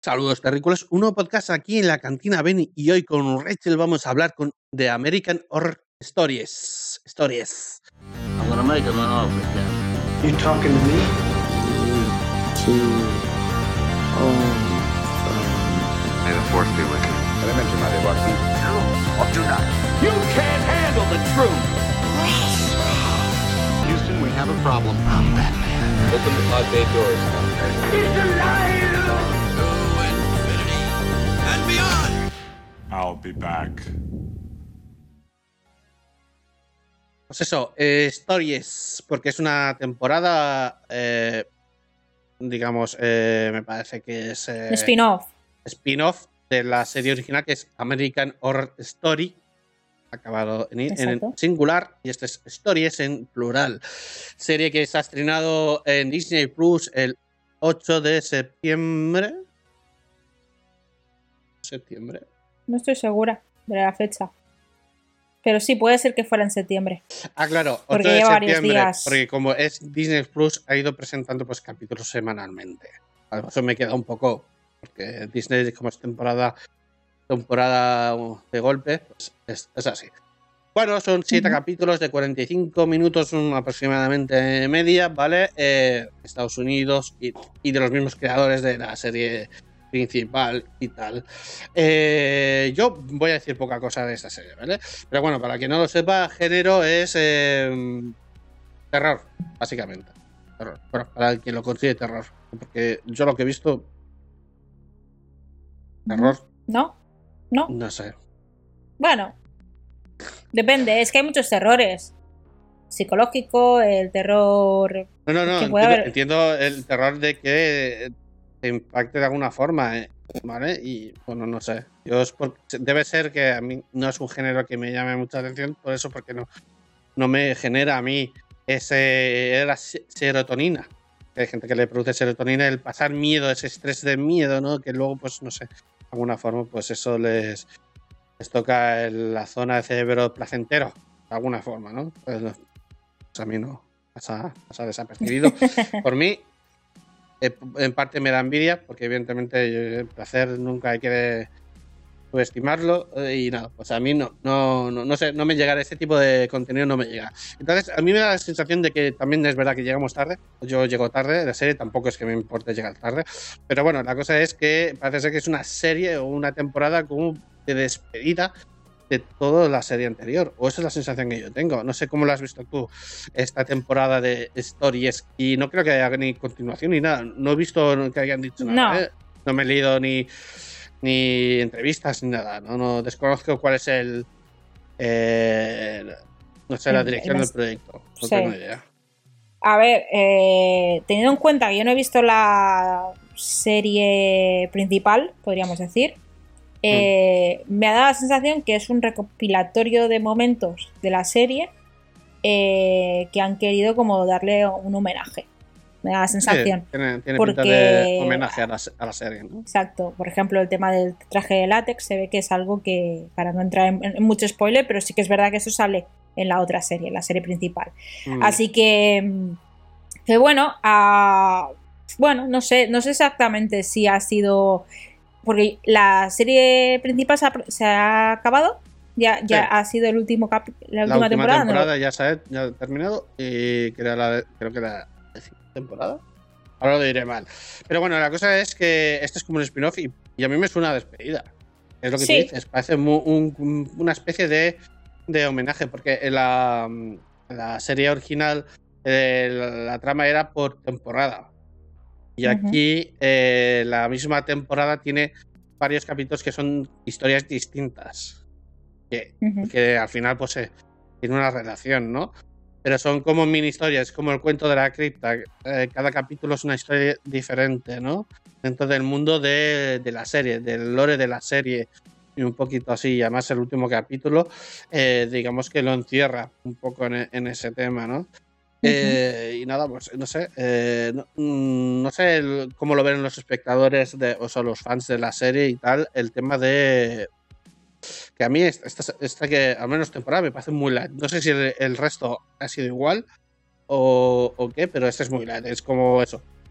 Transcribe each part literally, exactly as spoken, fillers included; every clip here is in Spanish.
Saludos terrícolas, un nuevo podcast aquí en la cantina Benny y hoy con Rachel vamos a hablar con The American Horror Stories. Stories. I'm gonna make him an offer, Captain. You talking to me? Two, oh, May the force be with you. Elemente, madre, Watson. Do or do not. You can't handle the truth. Houston, we have a problem. I'm Batman. Open the pod bay doors. He's alive! I'll be back. Pues eso, eh, Stories, porque es una temporada, eh, digamos, eh, me parece que es... Eh, spin-off. Spin-off de la serie original que es American Horror Story, acabado en, en singular, y este es Stories en plural. Serie que se ha estrenado en Disney Plus el ocho de septiembre. ¿Septiembre? No estoy segura de la fecha. Pero sí, puede ser que fuera en septiembre. Ah, claro, ocho porque de lleva septiembre, varios días. Porque como es Disney Plus, ha ido presentando pues capítulos semanalmente. Eso me queda un poco, porque Disney, como es temporada temporada de golpe, pues es, es así. Bueno, son siete uh-huh. capítulos de cuarenta y cinco minutos aproximadamente media, ¿vale? Eh, Estados Unidos y, y de los mismos creadores de la serie principal y tal. Eh, yo voy a decir poca cosa de esta serie, ¿vale? Pero bueno, para quien no lo sepa, género es eh, terror, básicamente. Terror. Bueno, para quien lo considere terror. Porque yo lo que he visto... ¿Terror? No, no. No sé. Bueno, depende, es que hay muchos terrores. Psicológico, el terror... No, no, no, entiendo, haber... entiendo el terror de que... te impacte de alguna forma, ¿eh? ¿Vale? Y bueno, no sé. Yo es por... Debe ser que a mí no es un género que me llame mucha atención, por eso, porque no, no me genera a mí ese la serotonina. Hay gente que le produce serotonina, el pasar miedo, ese estrés de miedo, ¿no? Que luego, pues no sé, de alguna forma, pues eso les, les toca en la zona de cerebro placentero, de alguna forma, ¿no? Pues, no, pues a mí no, pasa, pasa desapercibido. Por mí, en parte me da envidia, porque evidentemente el placer nunca hay que subestimarlo y nada, pues a mí no, no, no, no sé, no me llega, ese tipo de contenido no me llega. Entonces a mí me da la sensación de que también es verdad que llegamos tarde, yo llego tarde, la serie tampoco es que me importe llegar tarde, pero bueno, la cosa es que parece ser que es una serie o una temporada como de despedida de toda la serie anterior, o esa es la sensación que yo tengo. No sé cómo lo has visto tú, esta temporada de Stories, y no creo que haya ni continuación ni nada, no he visto que hayan dicho nada, no, ¿eh? No me he leído ni, ni entrevistas ni nada, no, no desconozco cuál es el, eh, no sé, la dirección del proyecto, no sí. tengo idea. A ver, eh, teniendo en cuenta que yo no he visto la serie principal, podríamos decir, Eh, mm. me ha dado la sensación que es un recopilatorio de momentos de la serie eh, que han querido como darle un homenaje. Me da la sensación. Sí, tiene, tiene porque, pinta de homenaje a la, a la serie, ¿no? Exacto. Por ejemplo, el tema del traje de látex se ve que es algo que, para no entrar en, en mucho spoiler, pero sí que es verdad que eso sale en la otra serie, en la serie principal. Mm. Así que, que bueno, uh, bueno, no sé, no sé exactamente si ha sido... Porque la serie principal se ha, se ha acabado, ya, ya sí. ha sido el último capi- la, la última última temporada. temporada ¿no? ya se ha, ya ha terminado y creo, la, creo que la décima temporada. Ahora lo diré mal. Pero bueno, la cosa es que este es como un spin-off y, y a mí me suena a despedida. Es lo que sí. tú dices. Parece muy, un, una especie de, de homenaje, porque en la, en la serie original eh, la, la trama era por temporada. Y aquí uh-huh. eh, la misma temporada tiene varios capítulos que son historias distintas. Que, uh-huh. que al final pues eh, tiene una relación, ¿no? Pero son como mini historias, como el cuento de la cripta. Eh, cada capítulo es una historia diferente, ¿no? Dentro del mundo de, de la serie, del lore de la serie. Y un poquito así. Y además el último capítulo, eh, digamos que lo encierra un poco en, en ese tema, ¿no? Eh, y nada, pues no sé, eh, no, no sé el, cómo lo ven los espectadores, de, o sea, los fans de la serie y tal, el tema de que a mí esta, esta, esta que al menos temporada me parece muy light. No sé si el, el resto ha sido igual o, o qué, pero este es muy light, es como eso,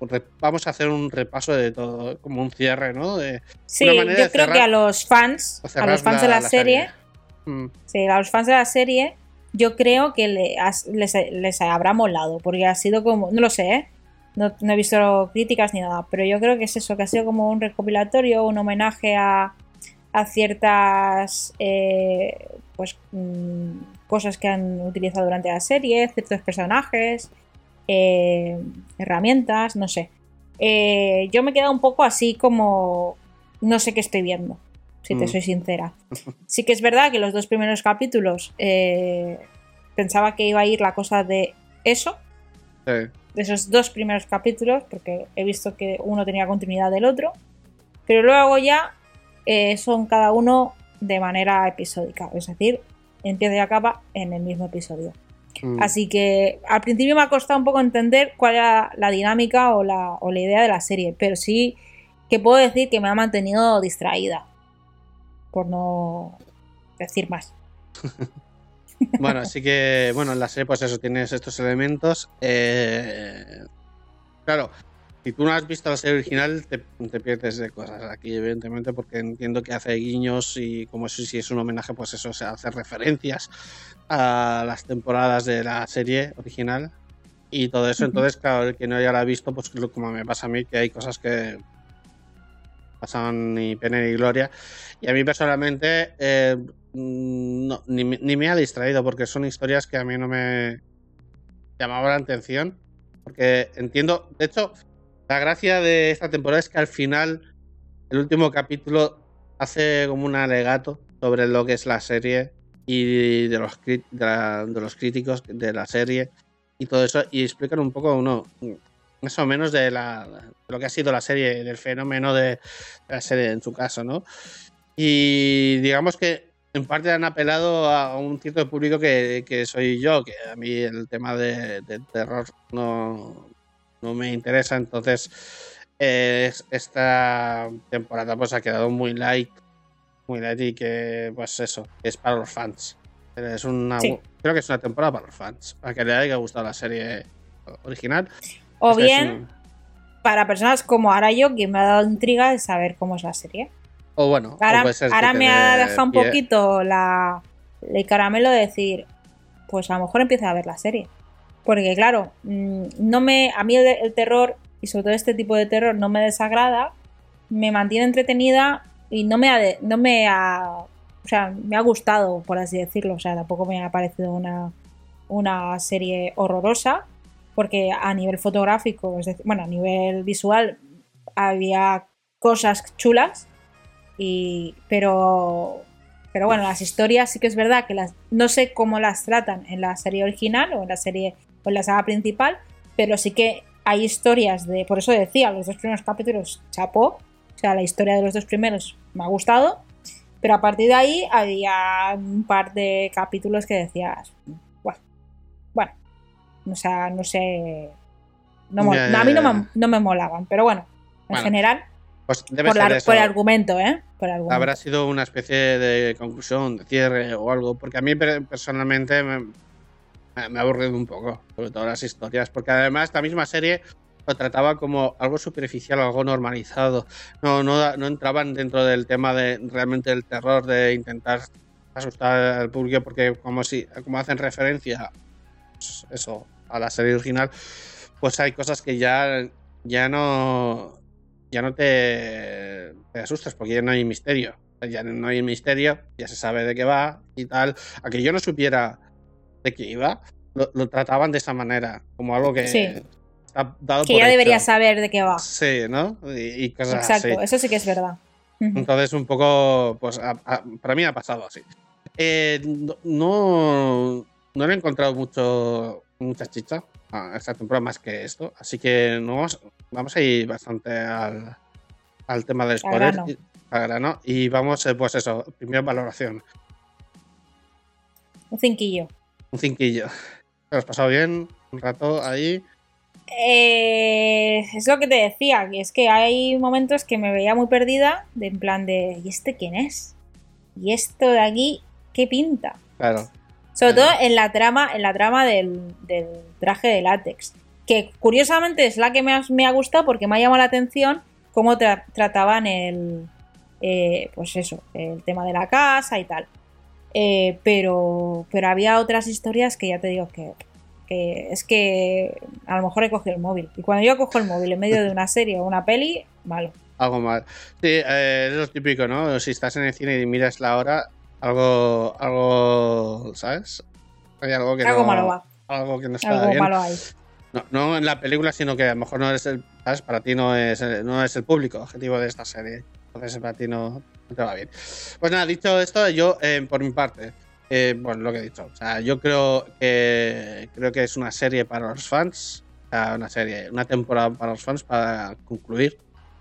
re- vamos a hacer un repaso de todo, como un cierre, ¿no? De, Sí, una yo manera creo de cerrar- que a los fans, o a cerrar los fans de la, serie, Mm, sí, a los fans de la serie, yo creo que le has- les, les habrá molado, porque ha sido como, no lo sé, ¿eh? No, no he visto críticas ni nada, pero yo creo que es eso, que ha sido como un recopilatorio, un homenaje a, a ciertas eh, pues mm, cosas que han utilizado durante la serie, ciertos personajes, eh, herramientas, no sé. Eh, yo me he quedado un poco así como no sé qué estoy viendo, si te Mm. soy sincera. Sí que es verdad que los dos primeros capítulos eh, pensaba que iba a ir la cosa de eso, sí. de esos dos primeros capítulos, porque he visto que uno tenía continuidad del otro, pero luego ya eh, son cada uno de manera episódica, es decir, empieza y acaba en el mismo episodio. Mm. Así que al principio me ha costado un poco entender cuál era la dinámica o la, o la idea de la serie, pero sí que puedo decir que me ha mantenido distraída, por no decir más. Bueno, así que, bueno, en la serie, pues eso, tienes estos elementos. Eh, claro, si tú no has visto la serie original, te, te pierdes de cosas aquí, evidentemente, porque entiendo que hace guiños y como si, si es un homenaje, pues eso, se hace referencias a las temporadas de la serie original y todo eso. Ujú. Entonces, claro, el que no haya la visto, pues lo- como me pasa a mí, que hay cosas que pasan ni pena ni gloria. Y a mí personalmente eh, no, ni, me- ni me ha distraído porque son historias que a mí no me llamaban la atención. Porque entiendo, de hecho, la gracia de esta temporada es que al final, el último capítulo hace como un alegato sobre lo que es la serie y de los, cri- de, la- de los críticos de la serie y todo eso, y explican un poco, uno, más o menos de, la, de lo que ha sido la serie, del fenómeno de, de la serie en su caso, ¿no? Y digamos que en parte han apelado a un cierto público que, que soy yo, que a mí el tema de, de terror no, no me interesa, entonces eh, es- esta temporada pues ha quedado muy light, muy light y que pues eso, es para los fans. Es una, Sí. Creo que es una temporada para los fans, para que le haya gustado la serie original. O Esta es bien, un- para personas como ahora yo, que me ha dado intriga de saber cómo es la serie. O bueno, o Ahora, puede ser que ahora te me ha dé dejado un pie. poquito la, el caramelo de decir, pues a lo mejor empieza a ver la serie. Porque claro, mm, no me, a mí el, el terror, y sobre todo este tipo de terror, no me desagrada, me mantiene entretenida y no me ha, de- no me ha, o sea, me ha gustado, por así decirlo. O sea, tampoco me ha parecido una, una serie horrorosa, porque a nivel fotográfico, es decir, bueno, a nivel visual, había cosas chulas, y, pero, pero bueno, las historias sí que es verdad que las, no sé cómo las tratan en la serie original o en la serie o en la saga principal, pero sí que hay historias de, por eso decía, los dos primeros capítulos chapó, o sea, la historia de los dos primeros me ha gustado, pero a partir de ahí había un par de capítulos que decías, bueno, bueno, o sea, no sé, no mol- Ya, no, a mí no ya, me, ya. no me molaban, pero bueno, en Bueno, general, Pues debe por, ser la- eso. por el argumento, ¿eh? Por el argumento. Habrá sido una especie de conclusión, de cierre o algo, porque a mí per- personalmente me, me- me ha aburrido un poco, sobre todo las historias, porque además esta misma serie lo trataba como algo superficial, algo normalizado. No, no, no entraban dentro del tema de realmente del terror, de intentar asustar al público, porque como si como hacen referencia pues, eso a la serie original, pues hay cosas que ya, ya no ya no te, te asustas porque ya no hay misterio. Ya no hay misterio, ya se sabe de qué va y tal. A que yo no supiera de qué iba, lo, lo trataban de esa manera, como algo que Sí. está dado Que por ya hecho. debería saber de qué va. Sí, ¿no? Y, y cosas Exacto, así. eso sí que es verdad. Ujú. Entonces, un poco, pues a- a- para mí ha pasado así. Eh, no, no, no le he encontrado mucho, mucha chicha a esta temporada más que esto, así que no vamos, vamos a ir bastante al, al tema del spoiler, grano. y, al grano, y vamos, eh, pues eso, primera valoración, Un cinquillo. un cinquillo. ¿Te lo has pasado bien? Un rato ahí. Eh, es lo que te decía, que es que hay momentos que me veía muy perdida, de en plan de, ¿y este quién es? ¿Y esto de aquí qué pinta? Claro. Sobre Claro. todo en la trama, en la trama del, del traje de látex. que curiosamente es la que me ha, me ha gustado porque me ha llamado la atención cómo tra- trataban el, eh, pues eso, el tema de la casa y tal. Eh, pero, pero había otras historias que ya te digo que, que es que a lo mejor he cogido el móvil. Y cuando yo cojo el móvil en medio de una serie o una peli, malo. Algo mal. Sí, eh, es lo típico, ¿no? Si estás en el cine y miras la hora, algo, algo, ¿sabes? Hay algo que Algo no, malo va. algo que no está Algo bien. malo hay. No, no en la película, sino que a lo mejor no eres el, ¿sabes? Para ti no es, el- no es el público objetivo de esta serie. Entonces para ti no, no te va bien. Pues nada, dicho esto, yo eh, por mi parte, eh, bueno, lo que he dicho, o sea, yo creo que creo que es una serie para los fans, o sea, una serie, una temporada para los fans para concluir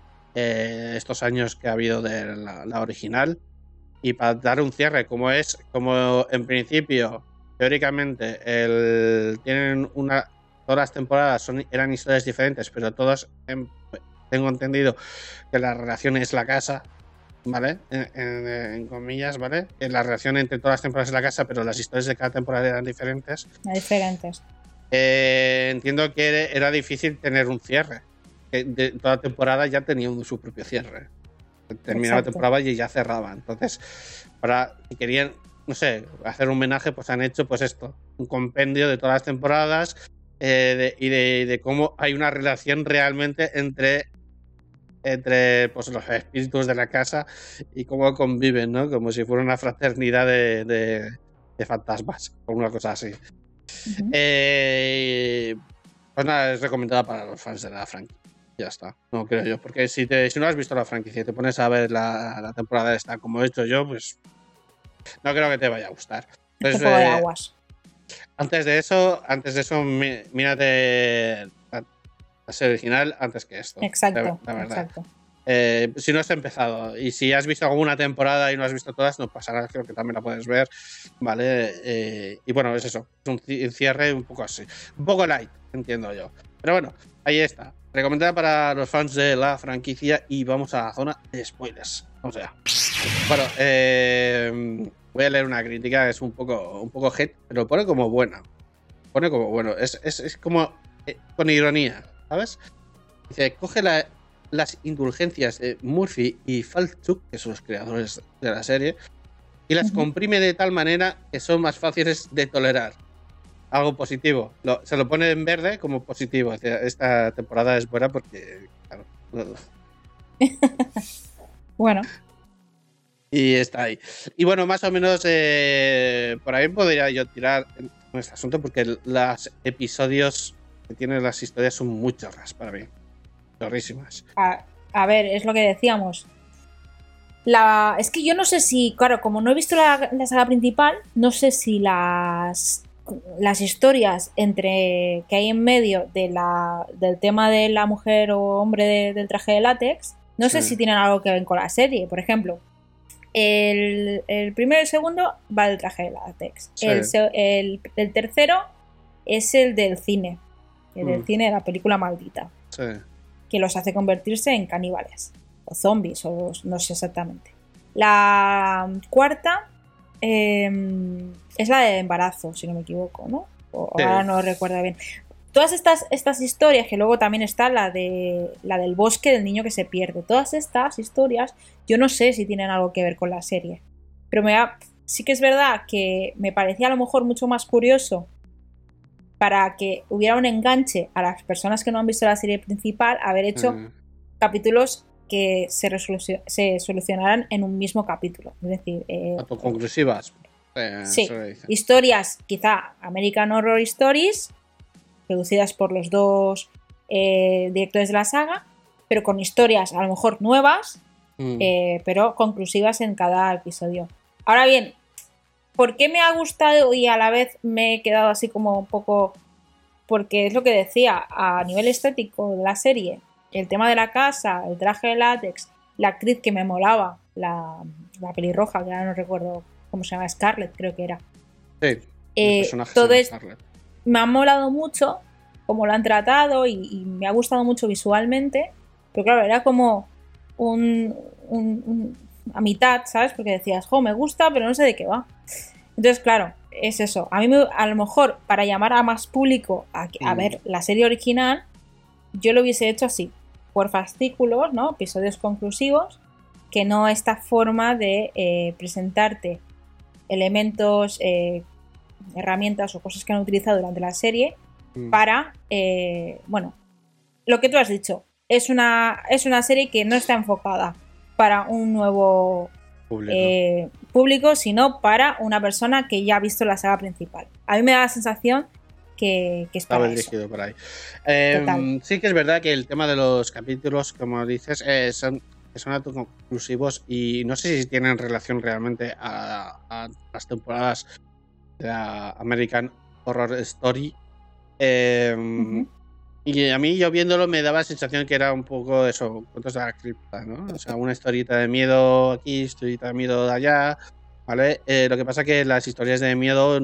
eh, estos años que ha habido de la, la original y para dar un cierre, como es, como en principio, teóricamente, el, tienen una todas las temporadas son, eran historias diferentes, pero todas en, tengo entendido que la relación es la casa, ¿vale? En, en, en comillas, ¿vale? La relación entre todas las temporadas es la casa, pero las historias de cada temporada eran diferentes. Diferentes. Eh, entiendo que era difícil tener un cierre. Que de toda temporada ya tenía un, su propio cierre. Terminaba la temporada y ya cerraba. Entonces, para si querían, no sé, hacer un homenaje, pues han hecho pues esto, un compendio de todas las temporadas eh, de, y de, de cómo hay una relación realmente entre entre pues los espíritus de la casa y cómo conviven, ¿no? Como si fuera una fraternidad de, de, de fantasmas o una cosa así. Uh-huh. Eh, pues nada, es recomendada para los fans de la franquicia. Ya está, no creo yo, porque si, te, si no has visto la franquicia y te pones a ver la, la temporada esta como he hecho yo, pues no creo que te vaya a gustar. Entonces, un poco de aguas. Eh, antes de eso, antes de eso, mí, mírate la, la serie original antes que esto. Exacto, la, la verdad. exacto. Eh, si no has empezado y si has visto alguna temporada y no has visto todas, no pasa nada, creo que también la puedes ver, ¿vale? Eh, y bueno, es eso, es un cierre un poco así, un poco light, entiendo yo. Pero bueno, ahí está. Recomendada para los fans de la franquicia y vamos a la zona de spoilers. O sea, bueno, eh, voy a leer una crítica, es un poco, un poco hate, pero pone como buena. Pone como bueno, es, es, es como eh, con ironía, ¿sabes? Dice, coge la, las indulgencias de Murphy y Falchuk, que son los creadores de la serie, y las uh-huh. comprime de tal manera que son más fáciles de tolerar. Algo positivo. Lo, se lo pone en verde como positivo. Esta temporada es buena porque... Claro, no, no. Bueno. Y está ahí. Y bueno, más o menos eh, por ahí podría yo tirar en este asunto porque los episodios que tienen las historias son muy chorras para mí. Chorrísimas. A, a ver, es lo que decíamos. La, es que yo no sé si... Claro, como no he visto la, la saga principal, no sé si las... las historias entre que hay en medio de la, del tema de la mujer o hombre de, del traje de látex, no sí. sé si tienen algo que ver con la serie. Por ejemplo, el, el primero y el segundo va del traje de látex. Sí. El, el, el tercero es el del cine, el mm. del cine de la película maldita, sí. que los hace convertirse en caníbales o zombies, o no sé exactamente. La cuarta Eh, es la de embarazo, si no me equivoco, ¿no? O, sí. Ahora no recuerdo bien. Todas estas, estas historias, que luego también está la de la del bosque del niño que se pierde. Todas estas historias, yo no sé si tienen algo que ver con la serie. Pero me ha, sí que es verdad que me parecía a lo mejor mucho más curioso para que hubiera un enganche a las personas que no han visto la serie principal, haber hecho mm. capítulos que se, resolu- se solucionaran en un mismo capítulo. Es decir, eh, autoconclusivas. Eh, sí, historias, quizá American Horror Stories, producidas por los dos eh, directores de la saga, pero con historias a lo mejor nuevas, mm. eh, pero conclusivas en cada episodio. Ahora bien, ¿por qué me ha gustado y a la vez me he quedado así como un poco? Porque es lo que decía, a nivel estético de la serie, el tema de la casa, el traje de látex, la actriz que me molaba, la, la pelirroja, que ahora no recuerdo cómo se llama, Scarlett creo que era. Sí, el eh, personaje todo se llama es, Scarlett. Me ha molado mucho cómo lo han tratado y, y me ha gustado mucho visualmente, pero claro, era como un, un, un a mitad, ¿sabes? Porque decías, jo, me gusta, pero no sé de qué va. Entonces, claro, es eso. A mí, me, a lo mejor, para llamar a más público a, a Mm. ver la serie original, yo lo hubiese hecho así, por fascículos, ¿no? Episodios conclusivos, que no esta forma de eh, presentarte elementos, eh, herramientas o cosas que han utilizado durante la serie Mm. para, eh, bueno, lo que tú has dicho, es una, es una serie que no está enfocada para un nuevo Público. eh, público, sino para una persona que ya ha visto la saga principal. A mí me da la sensación que, que es Estaba para eso. dirigido por ahí. Eh, Total. sí que es verdad que el tema de los capítulos, como dices, eh, son, que son autoconclusivos y no sé si tienen relación realmente a, a las temporadas de la American Horror Story. Eh, Ujú. Y a mí, yo viéndolo, me daba la sensación que era un poco eso, cuentos de la cripta, ¿no? O sea, una historieta de miedo aquí, historieta de miedo de allá, ¿vale? Eh, lo que pasa que las historias de miedo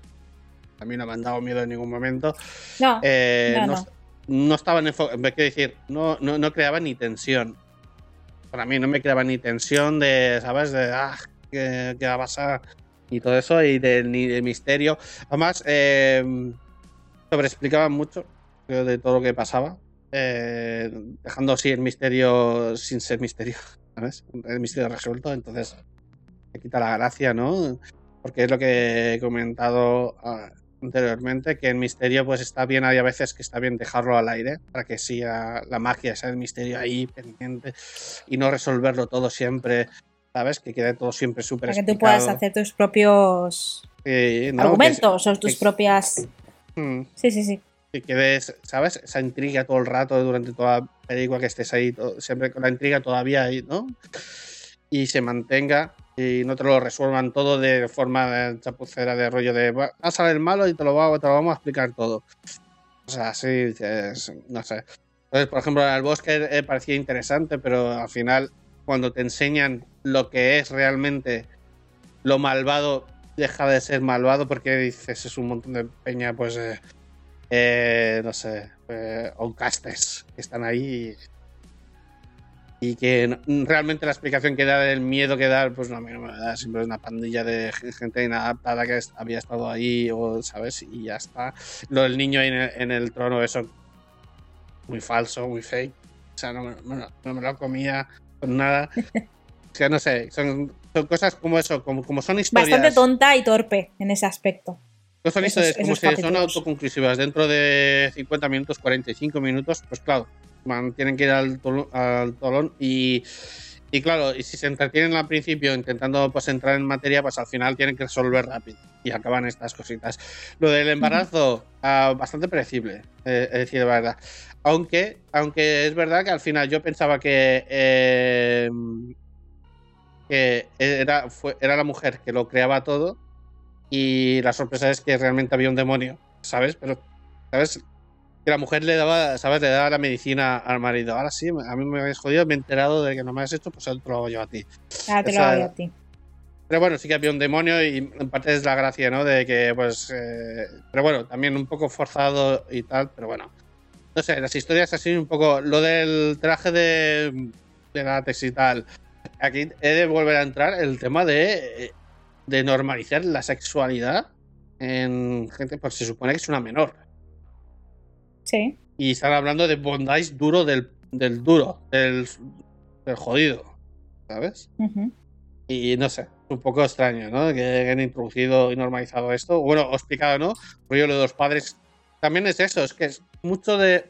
a mí no me han dado miedo en ningún momento. No, Eh, no, no, no. no estaban enfocadas, quiero decir, no, no, no creaban ni tensión. Para mí no me creaban ni tensión de, ¿sabes? De, ah, ¿qué, qué va a pasar? Y todo eso, y de, ni de misterio. Además, eh, sobreexplicaban mucho creo, de todo lo que pasaba, eh, dejando así el misterio sin ser misterio, ¿sabes? El misterio resuelto, entonces te quita la gracia, ¿no? Porque es lo que he comentado uh, anteriormente, que el misterio pues está bien, hay a veces que está bien dejarlo al aire para que siga la magia, sea el misterio ahí pendiente y no resolverlo todo siempre, ¿sabes? Que quede todo siempre súper Para que tú explicado. puedas hacer tus propios Sí, ¿no? argumentos que, o tus que, propias... hmm, Sí, sí, sí. que quedes, ¿sabes? Esa intriga todo el rato durante toda la película, que estés ahí, todo, siempre con la intriga todavía ahí, ¿no? Y se mantenga y no te lo resuelvan todo de forma de chapucera, de rollo de va a salir el malo y te lo, va, te lo vamos a explicar todo. O sea, sí, es, no sé. Entonces, por ejemplo, el bosque eh, parecía interesante, pero al final, cuando te enseñan lo que es realmente lo malvado, deja de ser malvado porque dices, es un montón de peña, pues, eh, eh, no sé, eh, outcastes que están ahí y, y que no, realmente la explicación que da del miedo que da, pues no, a mí no me da, siempre es una pandilla de gente inadaptada que había estado ahí, o, ¿sabes? Y ya está. Lo del niño en el, en el trono, eso, muy falso, muy fake. O sea, no, no, no me lo comía con nada. O sea, no sé, son, son cosas como eso, como, como son historias. Bastante tonta y torpe en ese aspecto. No son Esos- historias como esos si son capítulos. autoconclusivas dentro de cincuenta minutos, cuarenta y cinco minutos, pues claro, man, tienen que ir al, tolón, al tolón y, y claro, y si se entretienen al principio intentando pues entrar en materia, pues al final tienen que resolver rápido y acaban estas cositas. Lo del embarazo, uh, bastante predecible, eh, es decir, de verdad. Aunque, aunque es verdad que al final yo pensaba que, eh, que era, fue, era la mujer que lo creaba todo. Y la sorpresa es que realmente había un demonio, ¿sabes? Pero, ¿sabes? Que la mujer le daba, ¿sabes? Le daba la medicina al marido. Ahora sí, a mí me habéis jodido, me he enterado de que no me has hecho, pues te lo hago yo a ti. Ahora te lo Esa- hago yo a ti. Pero bueno, sí que había un demonio y en parte es la gracia, ¿no? De que, pues... Eh, pero bueno, también un poco forzado y tal, pero bueno. No sé, las historias así un poco... Lo del traje de, de látex y tal. Aquí he de volver a entrar el tema de... de normalizar la sexualidad en gente, pues se supone que es una menor. Sí. Y están hablando de bondage duro del, del duro, del, del jodido, ¿sabes? Ujú. Y no sé, es un poco extraño, ¿no? Que hayan introducido y normalizado esto. Bueno, os explicado, ¿no? Rollo lo de los padres. También es eso, es que es mucho de...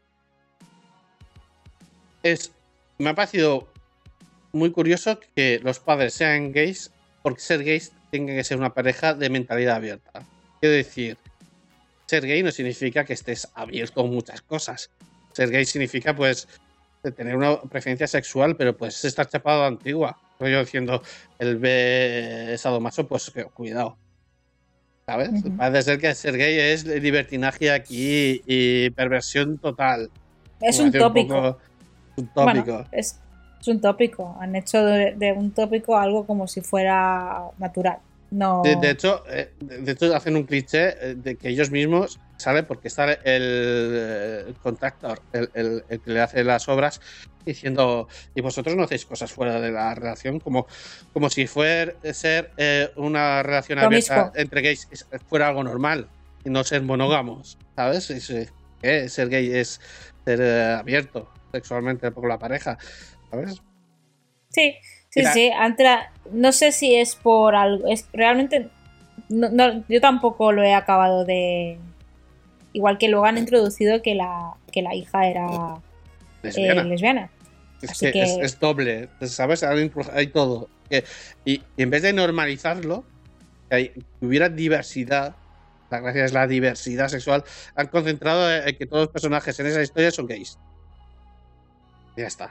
Es... Me ha parecido muy curioso que los padres sean gays, porque ser gays tenga que ser una pareja de mentalidad abierta. Quiero decir, ser gay no significa que estés abierto a muchas cosas. Ser gay significa, pues, tener una preferencia sexual, pero pues estar chapado a la antigua. Yo diciendo, el B sadomaso, pues que, cuidado. ¿Sabes? Ujú. Parece ser que ser gay es libertinaje aquí y perversión total. Es Me un parece tópico. poco- un tópico. Bueno, es, es un tópico. Han hecho de, de un tópico algo como si fuera natural. No. De, de hecho, eh, de, de hecho, hacen un cliché eh, de que ellos mismos sale porque está el, el contractor, el, el, el que le hace las obras, diciendo, y vosotros no hacéis cosas fuera de la relación, como, como si fuera ser eh, una relación Promiscuo. abierta entre gays fuera algo normal y no ser monógamos, ¿sabes? Es, eh, ser gay es ser eh, abierto sexualmente por la pareja, ¿sabes? Sí, sí, Mira. sí. Antra, no sé si es por algo. Es realmente. No, no, yo tampoco lo he acabado de. Igual que luego han introducido que la, que la hija era Lesbiana. eh, lesbiana. Es Así que, que- Es, es doble, ¿sabes? Hay, hay todo. Que- y, y en vez de normalizarlo, que, hay- que hubiera diversidad, la gracia es la diversidad sexual, han concentrado en que todos los personajes en esa historia son gays. Y ya está.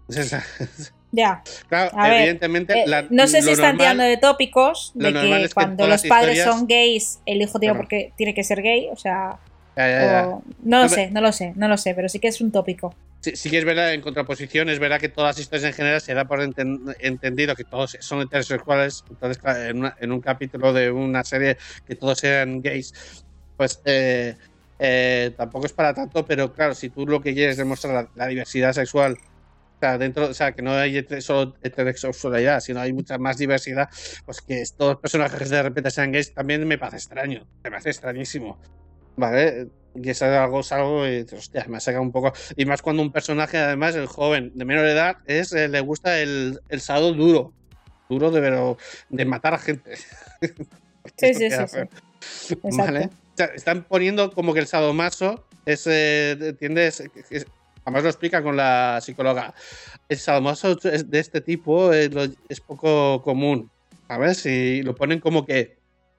Ya. Claro, A ver, evidentemente, eh, la- no sé si lo están normal- tirando de tópicos lo de normal que es que cuando todas los las padres historias- son gays, el hijo tiene, Claro. porque, tiene que ser gay. O sea. Ya, ya, ya. o- no lo No, sé, no lo sé, no lo sé, pero sí que es un tópico. Sí, sí que es verdad, en contraposición, es verdad que todas las historias en general se da por enten- entendido que todos son heterosexuales. Entonces, claro, en, una- en un capítulo de una serie que todos sean gays, pues eh, eh, tampoco es para tanto, pero claro, si tú lo que quieres es demostrar la, la diversidad sexual, o sea, dentro, o sea, que no hay heter- solo heterosexualidad, sino hay mucha más diversidad, pues que todos los personajes de repente sean gays también me parece extraño, me parece extrañísimo. Vale, y es algo, es algo y, hostia, me ha sacado un poco. Y más cuando un personaje, además, el joven de menor edad, es eh, le gusta el, el sado duro. Duro de, pero, de matar a gente. Sí, Es lo sí, que sí, hace. sí. Exacto. Vale. O sea, están poniendo como que el sadomaso es, eh, ¿entiendes? Es- además lo explica con la psicóloga. El sadomaso es de este tipo eh, lo- es poco común, ¿sabes? Y lo ponen como que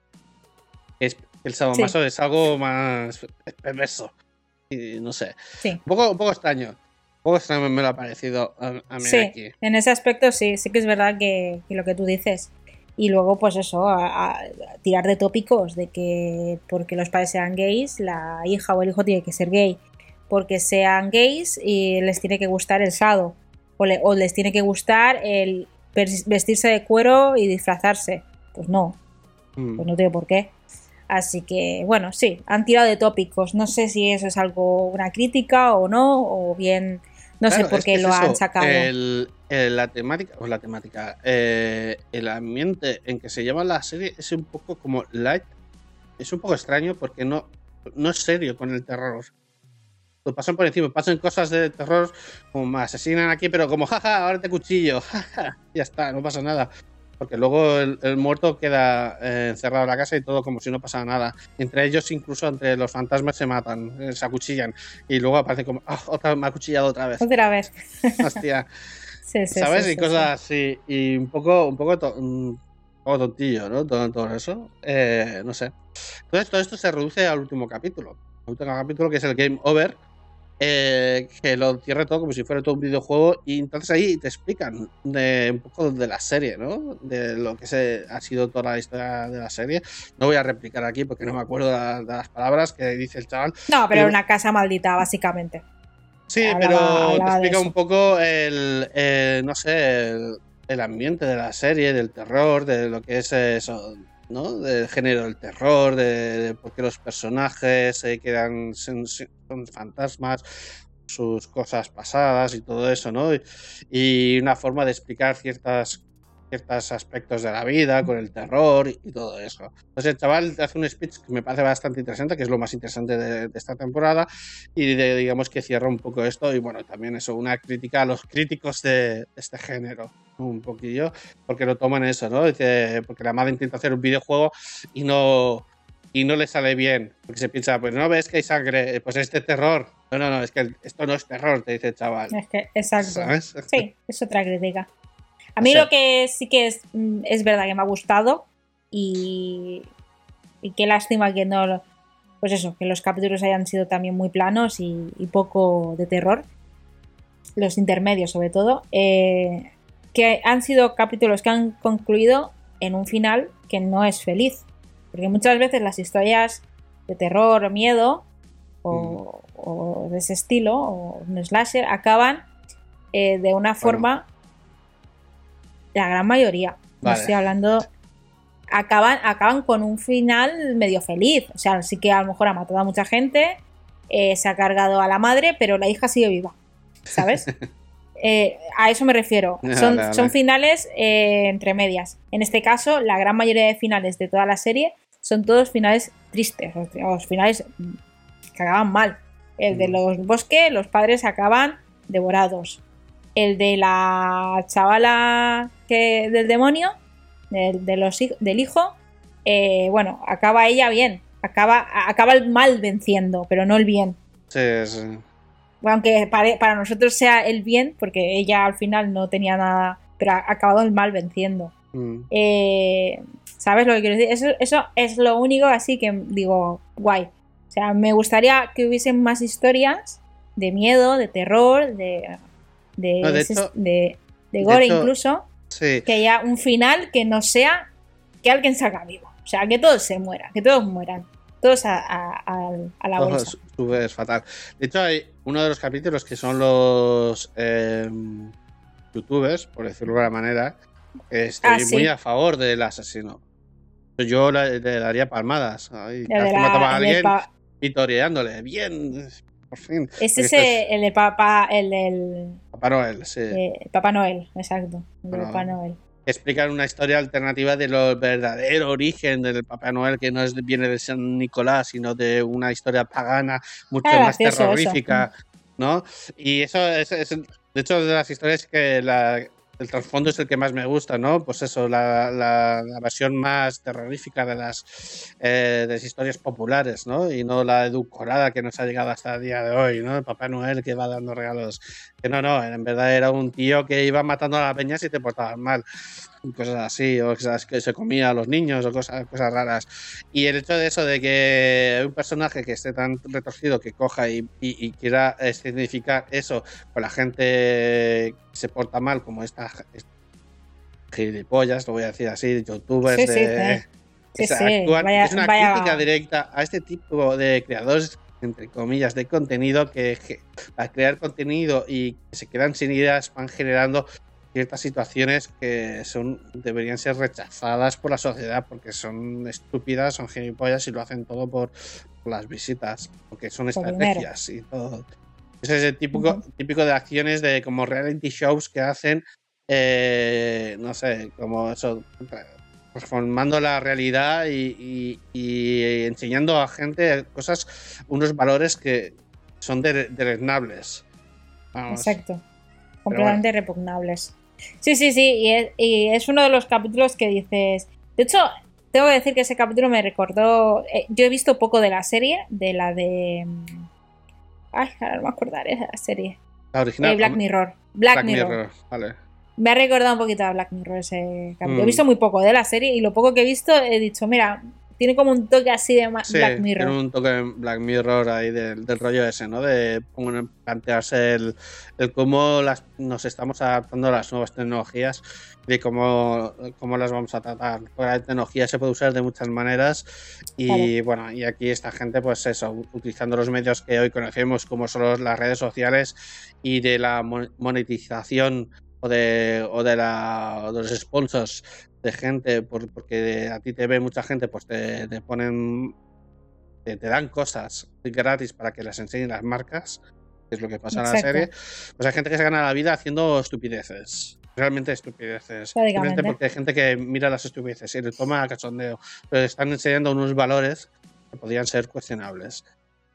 es, el sadomaso es algo más perverso. Y no sé. Sí. Un poco, un poco extraño. Un poco extraño me lo ha parecido a, a mí Sí, aquí. en ese aspecto sí, sí que es verdad que, que lo que tú dices. Y luego, pues eso, a, a tirar de tópicos de que porque los padres sean gays, la hija o el hijo tiene que ser gay. Porque sean gays y les tiene que gustar el sado. O, le- o les tiene que gustar el pers- vestirse de cuero y disfrazarse. Pues no, Mm. pues no tiene por qué. Así que, bueno, sí, han tirado de tópicos. No sé si eso es algo, una crítica o no, o bien, no Claro, sé por es qué que es lo eso, han sacado. el- el- la temática, o la temática, eh, el ambiente en que se lleva la serie es un poco como light, es un poco extraño porque no, no es serio con el terror. Lo pasan por encima, pasan cosas de terror como me asesinan aquí, pero como jaja, ahora te cuchillo, jaja, ya está, no pasa nada. Porque luego el, el muerto queda eh, encerrado en la casa y todo como si no pasara nada. Entre ellos, incluso entre los fantasmas, se matan, eh, se acuchillan. Y luego aparece como, ah, otra, me ha acuchillado otra vez. Otra vez. Hostia. Sí, sí, ¿Sabes? sí, y sí, cosas así. Y un poco, un poco, to- un poco tontillo, ¿no? Todo, todo eso. Eh, no sé. Entonces, todo esto se reduce al último capítulo. El último capítulo, que es el Game Over. eh, que lo cierra todo como si fuera todo un videojuego. Y entonces ahí te explican de, un poco de la serie, ¿no? De lo que se, ha sido toda la historia de la serie. No voy a replicar aquí porque no me acuerdo de, la- de las palabras que dice el chaval. No, pero Pero- era una casa maldita, básicamente. Sí, Hablaba- pero hablaba te de explica eso. un poco el, eh, no sé, el, el ambiente de la serie, del terror, de lo que es eso, ¿no? Del género del terror, de, de por qué los personajes se quedan son, son fantasmas, sus cosas pasadas y todo eso, ¿no? Y, y una forma de explicar ciertas ciertos aspectos de la vida, con el terror y, y todo eso. Entonces el chaval hace un speech que me parece bastante interesante, que es lo más interesante de, de esta temporada, y de, digamos que cierra un poco esto, y bueno, también eso, una crítica a los críticos de este género, un poquillo, porque lo toman eso, ¿no? Dice, porque la madre intenta hacer un videojuego y no, y no le sale bien, porque se piensa, pues no ves que hay sangre, pues este terror. No, no, no, es que esto no es terror, te dice el chaval. Es que, exacto. ¿Sabes? Sí, es otra crítica. A mí O sea- lo que sí que es, mm, es verdad que me ha gustado y, y qué lástima que no, lo- pues eso, que los capítulos hayan sido también muy planos y, y poco de terror, los intermedios sobre todo, eh, que han sido capítulos que han concluido en un final que no es feliz, porque muchas veces las historias de terror o miedo o, o de ese estilo o un slasher acaban eh, de una forma, la gran mayoría, no Vale. estoy hablando acaban, acaban con un final medio feliz. O sea, sí que a lo mejor ha matado a mucha gente, eh, se ha cargado a la madre, pero la hija sigue viva, ¿sabes? eh, a eso me refiero. Son, Vale, vale. son finales eh, entre medias. En este caso, la gran mayoría de finales de toda la serie son todos finales tristes, los finales que acaban mal. El de los bosques, los padres acaban devorados. El de la chavala que, del demonio, del, de los, del hijo, eh, bueno, acaba ella bien. Acaba, acaba el mal venciendo, pero no el bien. Sí, sí. Aunque para, para nosotros sea el bien, porque ella al final no tenía nada, pero ha acabado el mal venciendo. Mm. Eh, ¿Sabes lo que quiero decir? Eso, eso es lo único así que digo, guay. O sea, me gustaría que hubiesen más historias de miedo, de terror, de de, No, de ese- hecho- de, de de gore hecho- incluso, Sí. que haya un final que no sea que alguien salga vivo. O sea, que todos se mueran, que todos mueran. Todos a, a, a, a la Todo bolsa. es súper fatal. De hecho, hay uno de los capítulos que son los eh, youtubers, por decirlo de alguna manera, que estoy Ah, sí. muy a favor del asesino. Yo le, le daría palmadas. Ay, El cada de vez que mataba a la- el del alguien pa- y toreándole. Bien, por fin. es Porque esto ese, el de Papá, el del Papá Noel, sí. eh, Papá Noel, exacto. El de Bueno, Papá Noel. Explican una historia alternativa de lo verdadero origen del Papá Noel, que no es, viene de San Nicolás, sino de una historia pagana mucho Ah, más gracioso terrorífica, ¿no? Y eso es, es- de hecho, de las historias que la, el trasfondo es el que más me gusta, ¿no? Pues eso, la, la, la versión más terrorífica de las, eh, de las historias populares, ¿no? Y no la edulcorada que nos ha llegado hasta el día de hoy, ¿no? El Papá Noel que va dando regalos. Que no, no, en verdad era un tío que iba matando a la peña si te portabas mal. Cosas así, o cosas que se comía a los niños, o cosas, cosas raras. Y el hecho de eso, de que un personaje que esté tan retorcido que coja y, y, y quiera eh, significar eso con la gente que se porta mal, como esta gilipollas, lo voy a decir así, youtubers Sí, sí, de. sí. que Sí, se sí, actúan- vaya- es una vaya- crítica directa a este tipo de creadores, entre comillas, de contenido que, que al crear contenido y que se quedan sin ideas van generando ciertas situaciones que son deberían ser rechazadas por la sociedad porque son estúpidas, son gilipollas y lo hacen todo por, por las visitas, porque son Por estrategias y todo. Ese es el típico, Ujú. típico de acciones de como reality shows que hacen, eh, no sé, como eso, transformando la realidad y, y- y enseñando a gente cosas, unos valores que son de- deleznables. Vamos. Exacto. Completamente repugnables. Sí, sí, sí. Y es, y es uno de los capítulos que dices. De hecho, tengo que decir que ese capítulo me recordó. eh, yo he visto poco de la serie, de la de. mm, Ay, ahora no me acordaré de la serie. La original. Eh, Black Mirror. Black, Black Mirror. Mirror, vale. Me ha recordado un poquito a Black Mirror ese capítulo. Mm. He visto muy poco de la serie y lo poco que he visto he dicho, mira, tiene como un toque así de ma- Sí, Black Mirror. tiene un toque en Black Mirror ahí del, del rollo ese, ¿no? De bueno, plantearse el, el cómo las, nos estamos adaptando a las nuevas tecnologías y cómo, cómo las vamos a tratar. Porque la tecnología se puede usar de muchas maneras y bueno, y aquí esta gente, pues eso, utilizando los medios que hoy conocemos como son los- las redes sociales y de la mon- monetización o de, o de, la, o de los sponsors de gente, por, porque a ti te ve mucha gente, pues te, te ponen, te, te dan cosas gratis para que las enseñen las marcas, que es lo que pasa en la Exacto. serie. Pues hay gente que se gana la vida haciendo estupideces, realmente estupideces. Básicamente. Simplemente porque hay gente que mira las estupideces y le toma a cachondeo, pero están enseñando unos valores que podrían ser cuestionables.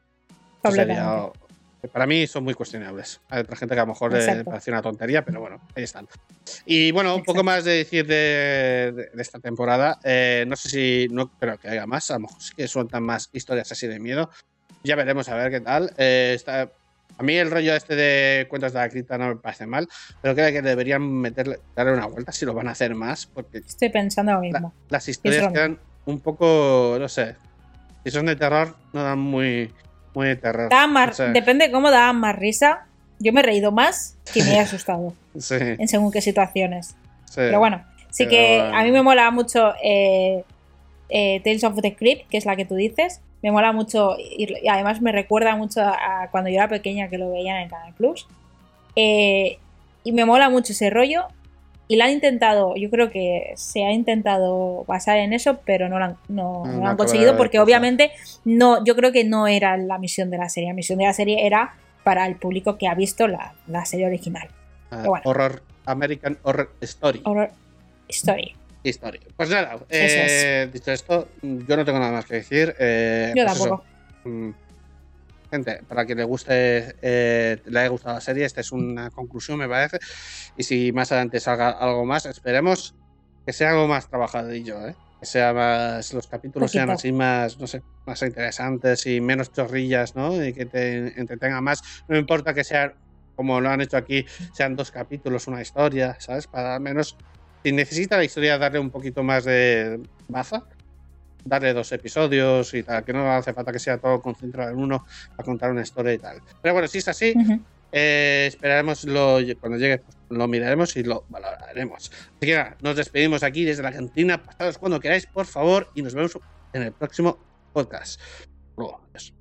Eso sería- Completamente. para mí son muy cuestionables. Hay otra gente que a lo mejor le Exacto. parece una tontería, pero bueno, ahí están. Y bueno, un poco Exacto. más de decir de, de- de esta temporada. Eh, no sé si, no creo que haya más, a lo mejor sí que sueltan más historias así de miedo. Ya veremos a ver qué tal. Eh, está, a mí el rollo este de Cuentos de la Cripta no me parece mal, pero creo que deberían meterle, darle una vuelta si lo van a hacer más, porque Estoy pensando lo la- mismo. las historias Pienso lo quedan un poco, no sé, si son de terror, no dan muy, muy de terror. Daban más- No sé. Depende de cómo daban más risa. Yo me he reído más que me he asustado Sí, en según qué situaciones. sí. Pero bueno, sí Pero que bueno. a mí me mola mucho eh, eh, Tales of the Crypt, que es la que tú dices. Me mola mucho y, y además me recuerda mucho a, a cuando yo era pequeña que lo veía en el Canal Plus. Eh, y me mola mucho ese rollo. y la han intentado, yo creo que se ha intentado basar en eso, pero no lo han, no, No, no lo no han acaba conseguido de porque pasar. obviamente no, yo creo que no era la misión de la serie. La misión de la serie era para el público que ha visto la, la serie original. Ah, Pero bueno. Horror, American Horror Story. Horror Story. Historia. Pues nada, Eso eh, dicho esto, yo no tengo nada más que decir. Eh, Yo pues tampoco. eso. Mm, Gente, para quien le guste, eh, le haya gustado la serie, esta es una conclusión, me parece. Y si más adelante salga algo más, esperemos que sea algo más trabajadillo, ¿eh? Que sea más, los capítulos sean Poquito. así más, no sé, más interesantes y menos chorrillas, ¿no? Y que te entretenga más. No importa que sea, como lo han hecho aquí, sean dos capítulos, una historia, ¿sabes? Para al menos, si necesita la historia darle un poquito más de baza, darle dos episodios y tal, que no hace falta que sea todo concentrado en uno para contar una historia y tal. Pero bueno, si es así, Ujú. eh, esperaremos lo, cuando llegue, pues, lo miraremos y lo valoraremos. Así que nada, nos despedimos aquí desde la cantina. Pasados cuando queráis, por favor, y nos vemos en el próximo podcast. Luego, adiós.